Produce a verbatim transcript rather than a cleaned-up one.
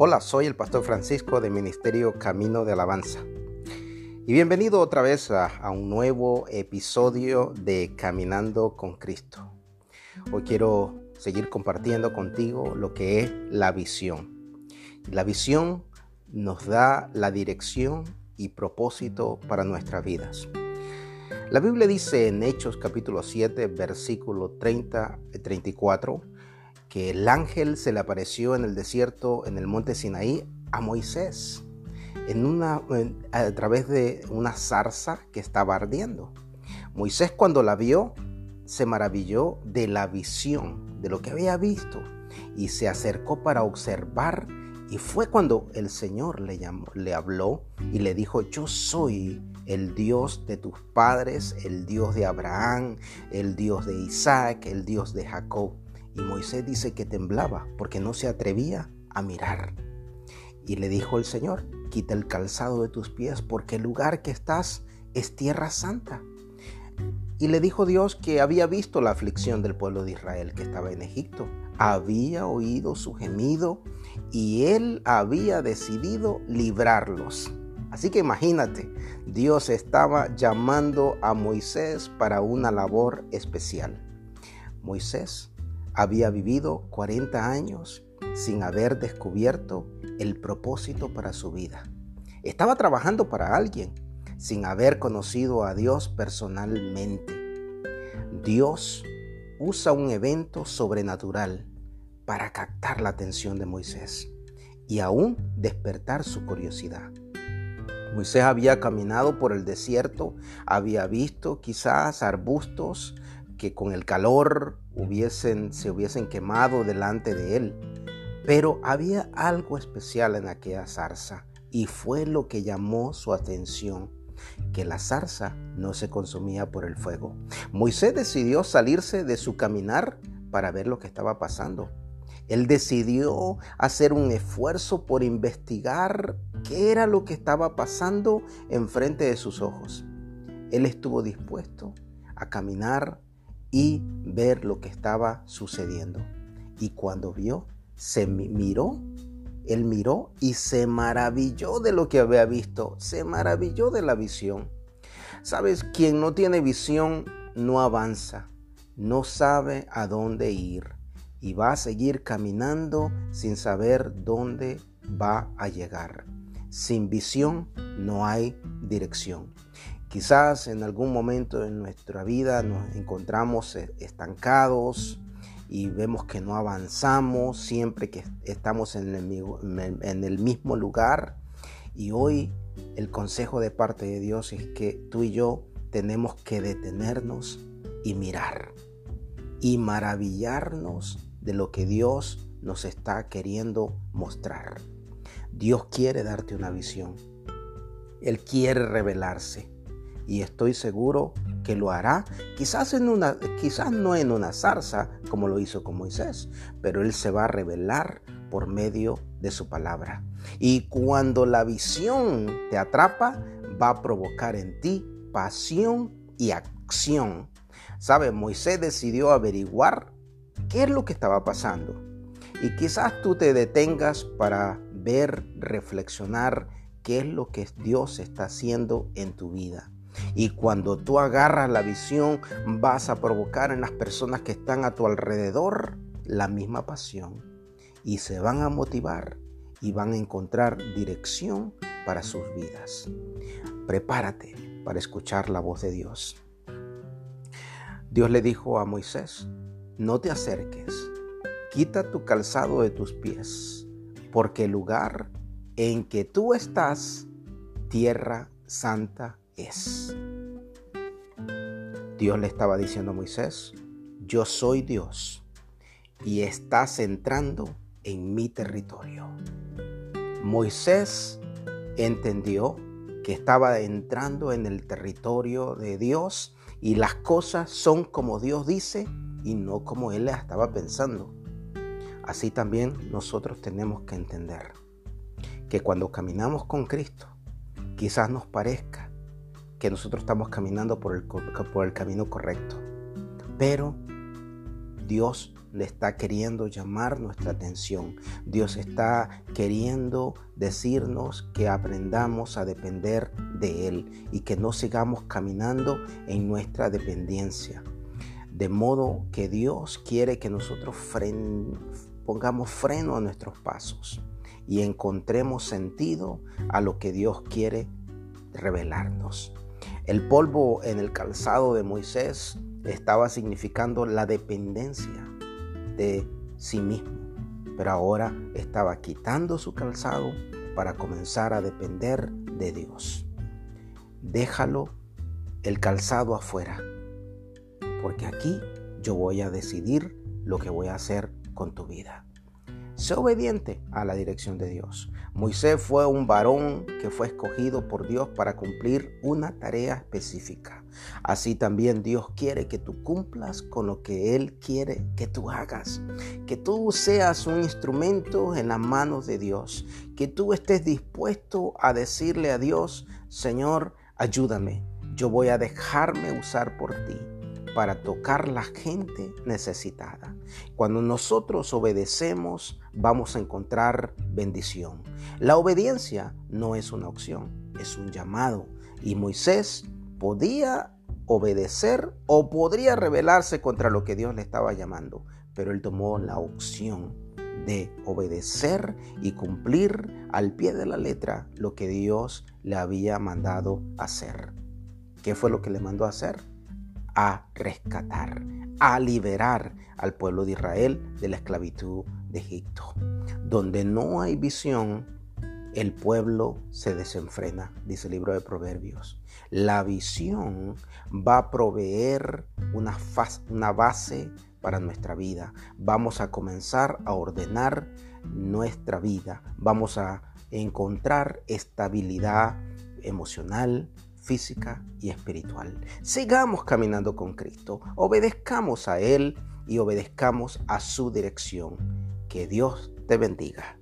Hola, soy el pastor Francisco de Ministerio Camino de Alabanza. Y bienvenido otra vez a, a un nuevo episodio de Caminando con Cristo. Hoy quiero seguir compartiendo contigo lo que es la visión. La visión nos da la dirección y propósito para nuestras vidas. La Biblia dice en Hechos capítulo siete, versículo treinta y treinta y cuatro, que el ángel se le apareció en el desierto, en el monte Sinaí, a Moisés, en una, a través de una zarza que estaba ardiendo. Moisés, cuando la vio, se maravilló de la visión, de lo que había visto, y se acercó para observar, y fue cuando el Señor le llamó, le habló y le dijo: yo soy el Dios de tus padres, el Dios de Abraham, el Dios de Isaac, el Dios de Jacob. Y Moisés dice que temblaba porque no se atrevía a mirar. Y le dijo el Señor: quita el calzado de tus pies porque el lugar que estás es tierra santa. Y le dijo Dios que había visto la aflicción del pueblo de Israel que estaba en Egipto. Había oído su gemido y él había decidido librarlos. Así que imagínate, Dios estaba llamando a Moisés para una labor especial. Moisés había vivido cuarenta años sin haber descubierto el propósito para su vida. Estaba trabajando para alguien sin haber conocido a Dios personalmente. Dios usa un evento sobrenatural para captar la atención de Moisés y aún despertar su curiosidad. Moisés había caminado por el desierto, había visto quizás arbustos que con el calor hubiesen, se hubiesen quemado delante de él. Pero había algo especial en aquella zarza y fue lo que llamó su atención, que la zarza no se consumía por el fuego. Moisés decidió salirse de su caminar para ver lo que estaba pasando. Él decidió hacer un esfuerzo por investigar qué era lo que estaba pasando enfrente de sus ojos. Él estuvo dispuesto a caminar y ver lo que estaba sucediendo. Y cuando vio, se miró, él miró y se maravilló de lo que había visto, se maravilló de la visión. ¿Sabes? Quien no tiene visión no avanza, no sabe a dónde ir y va a seguir caminando sin saber dónde va a llegar. Sin visión no hay dirección. Quizás en algún momento en nuestra vida nos encontramos estancados y vemos que no avanzamos, siempre que estamos en el, en el mismo lugar. Y hoy el consejo de parte de Dios es que tú y yo tenemos que detenernos y mirar y maravillarnos de lo que Dios nos está queriendo mostrar. Dios quiere darte una visión. Él quiere revelarse. Y estoy seguro que lo hará, quizás, en una, quizás no en una zarza como lo hizo con Moisés, pero Él se va a revelar por medio de su palabra. Y cuando la visión te atrapa, va a provocar en ti pasión y acción. ¿Sabes? Moisés decidió averiguar qué es lo que estaba pasando. Y quizás tú te detengas para ver, reflexionar qué es lo que Dios está haciendo en tu vida. Y cuando tú agarras la visión, vas a provocar en las personas que están a tu alrededor la misma pasión. Y se van a motivar y van a encontrar dirección para sus vidas. Prepárate para escuchar la voz de Dios. Dios le dijo a Moisés: no te acerques, quita tu calzado de tus pies, porque el lugar en que tú estás, tierra santa es. Dios le estaba diciendo a Moisés: yo soy Dios y estás entrando en mi territorio. Moisés entendió que estaba entrando en el territorio de Dios y las cosas son como Dios dice y no como él estaba pensando. Así también nosotros tenemos que entender que cuando caminamos con Cristo, quizás nos parezca que nosotros estamos caminando por el, por el camino correcto, pero Dios está queriendo llamar nuestra atención. Dios está queriendo decirnos que aprendamos a depender de Él y que no sigamos caminando en nuestra dependencia. De modo que Dios quiere que nosotros fren- pongamos freno a nuestros pasos y encontremos sentido a lo que Dios quiere revelarnos. El polvo en el calzado de Moisés estaba significando la dependencia de sí mismo, pero ahora estaba quitando su calzado para comenzar a depender de Dios. Déjalo el calzado afuera, porque aquí yo voy a decidir lo que voy a hacer con tu vida. Sé obediente a la dirección de Dios. Moisés fue un varón que fue escogido por Dios para cumplir una tarea específica. Así también Dios quiere que tú cumplas con lo que Él quiere que tú hagas. Que tú seas un instrumento en las manos de Dios. Que tú estés dispuesto a decirle a Dios: Señor, ayúdame. Yo voy a dejarme usar por ti para tocar la gente necesitada. Cuando nosotros obedecemos, vamos a encontrar bendición. La obediencia no es una opción, es un llamado. Y Moisés podía obedecer o podría rebelarse contra lo que Dios le estaba llamando, pero él tomó la opción de obedecer y cumplir al pie de la letra lo que Dios le había mandado hacer. ¿Qué fue lo que le mandó a hacer? A rescatar, a liberar al pueblo de Israel de la esclavitud de Egipto. Donde no hay visión, el pueblo se desenfrena, dice el libro de Proverbios. La visión va a proveer una, faz, una base para nuestra vida. Vamos a comenzar a ordenar nuestra vida. Vamos a encontrar estabilidad emocional, física y espiritual. Sigamos caminando con Cristo, obedezcamos a Él y obedezcamos a su dirección. Que Dios te bendiga.